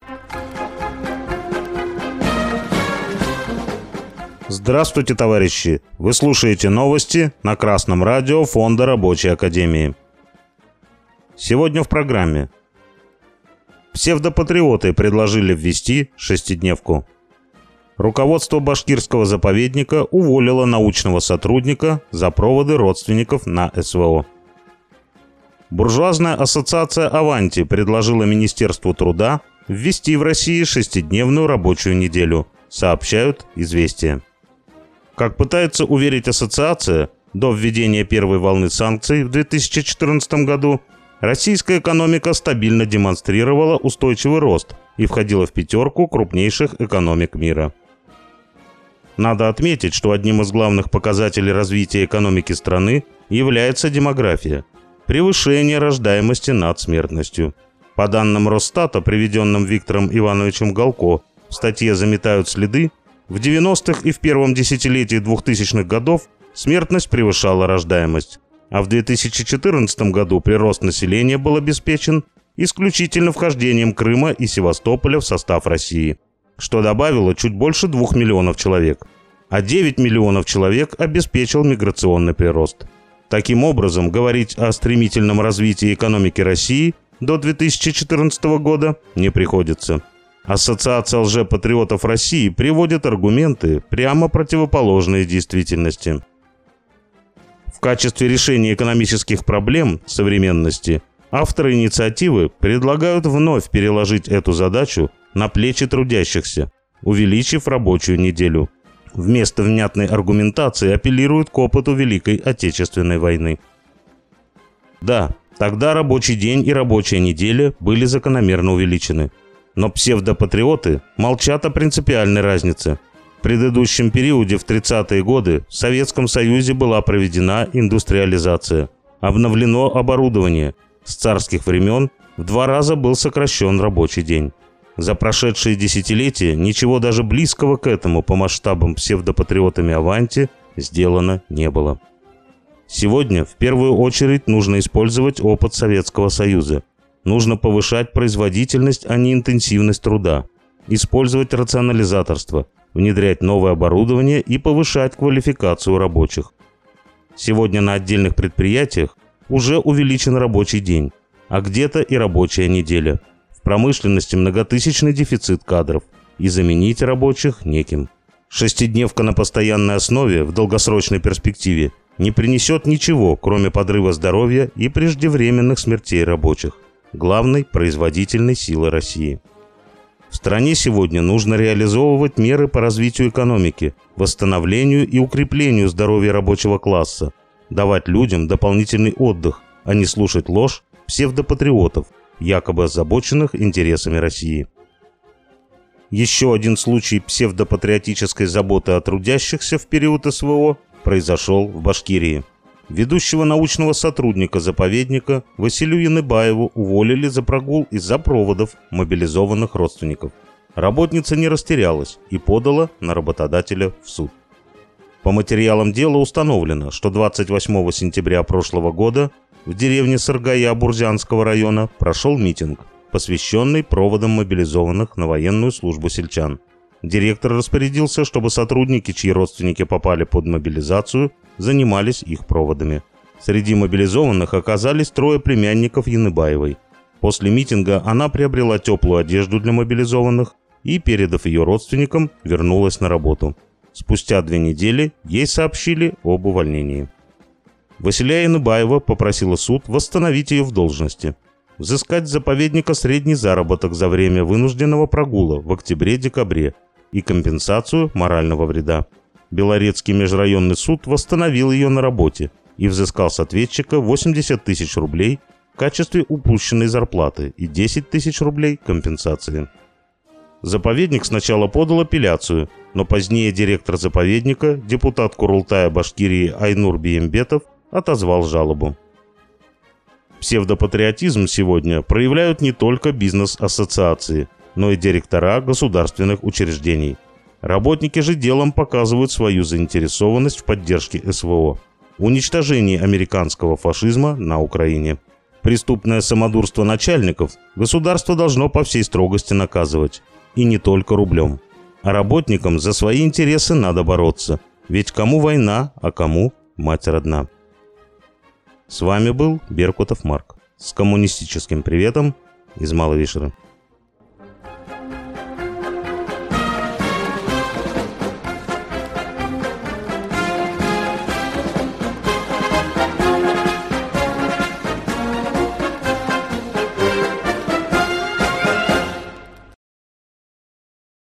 Здравствуйте, товарищи! Вы слушаете новости на Красном радио Фонда Рабочей Академии. Сегодня в программе. Псевдопатриоты предложили ввести шестидневку. Руководство башкирского заповедника уволило научного сотрудника за проводы родственников на СВО. Буржуазная ассоциация «Аванти» предложила Министерству труда ввести в России шестидневную рабочую неделю, сообщают «Известия». Как пытается уверить ассоциация, до введения первой волны санкций в 2014 году российская экономика стабильно демонстрировала устойчивый рост и входила в пятерку крупнейших экономик мира. Надо отметить, что одним из главных показателей развития экономики страны является демография – превышение рождаемости над смертностью. По данным Росстата, приведенным Виктором Ивановичем Галко, в статье «Заметают следы», в 90-х и в первом десятилетии 2000-х годов смертность превышала рождаемость, а в 2014 году прирост населения был обеспечен исключительно вхождением Крыма и Севастополя в состав России, что добавило чуть больше 2 миллионов человек, а 9 миллионов человек обеспечил миграционный прирост. Таким образом, говорить о стремительном развитии экономики России до 2014 года не приходится. Ассоциация лжепатриотов России приводит аргументы, прямо противоположные действительности. В качестве решения экономических проблем современности авторы инициативы предлагают вновь переложить эту задачу на плечи трудящихся, увеличив рабочую неделю. Вместо внятной аргументации апеллируют к опыту Великой Отечественной войны. Да, тогда рабочий день и рабочая неделя были закономерно увеличены. Но псевдопатриоты молчат о принципиальной разнице. В предыдущем периоде, в 30-е годы, в Советском Союзе была проведена индустриализация. Обновлено оборудование. С царских времен в 2 раза был сокращен рабочий день. За прошедшие десятилетия ничего даже близкого к этому по масштабам псевдопатриотами «Аванти» сделано не было. Сегодня в первую очередь нужно использовать опыт Советского Союза. Нужно повышать производительность, а не интенсивность труда, использовать рационализаторство, внедрять новое оборудование и повышать квалификацию рабочих. Сегодня на отдельных предприятиях уже увеличен рабочий день, а где-то и рабочая неделя. В промышленности многотысячный дефицит кадров, и заменить рабочих неким. Шестидневка на постоянной основе в долгосрочной перспективе не принесет ничего, кроме подрыва здоровья и преждевременных смертей рабочих, главной производительной силы России. В стране сегодня нужно реализовывать меры по развитию экономики, восстановлению и укреплению здоровья рабочего класса, давать людям дополнительный отдых, а не слушать ложь псевдопатриотов, якобы озабоченных интересами России. Еще один случай псевдопатриотической заботы о трудящихся в период СВО произошел в Башкирии. Ведущего научного сотрудника заповедника Василию Яныбаеву уволили за прогул из-за проводов мобилизованных родственников. Работница не растерялась и подала на работодателя в суд. По материалам дела установлено, что 28 сентября прошлого года в деревне Сыргая Бурзянского района прошел митинг, посвященный проводам мобилизованных на военную службу сельчан. Директор распорядился, чтобы сотрудники, чьи родственники попали под мобилизацию, занимались их проводами. Среди мобилизованных оказались 3 племянников Яныбаевой. После митинга она приобрела теплую одежду для мобилизованных и, передав ее родственникам, вернулась на работу. Спустя 2 недели ей сообщили об увольнении. Василия Яныбаева попросила суд восстановить ее в должности, взыскать с заповедника средний заработок за время вынужденного прогула в октябре-декабре и компенсацию морального вреда. Белорецкий межрайонный суд восстановил ее на работе и взыскал с ответчика 80 тысяч рублей в качестве упущенной зарплаты и 10 тысяч рублей компенсации. Заповедник сначала подал апелляцию, но позднее директор заповедника, депутат Курултая Башкирии Айнур Биембетов, отозвал жалобу. Псевдопатриотизм сегодня проявляют не только бизнес-ассоциации, но и директора государственных учреждений. Работники же делом показывают свою заинтересованность в поддержке СВО, уничтожении американского фашизма на Украине. преступное самодурство начальников государство должно по всей строгости наказывать. И не только рублем. А работникам за свои интересы надо бороться. Ведь кому война, а кому мать родна. С вами был Беркутов Марк. С коммунистическим приветом из Малой Вишеры.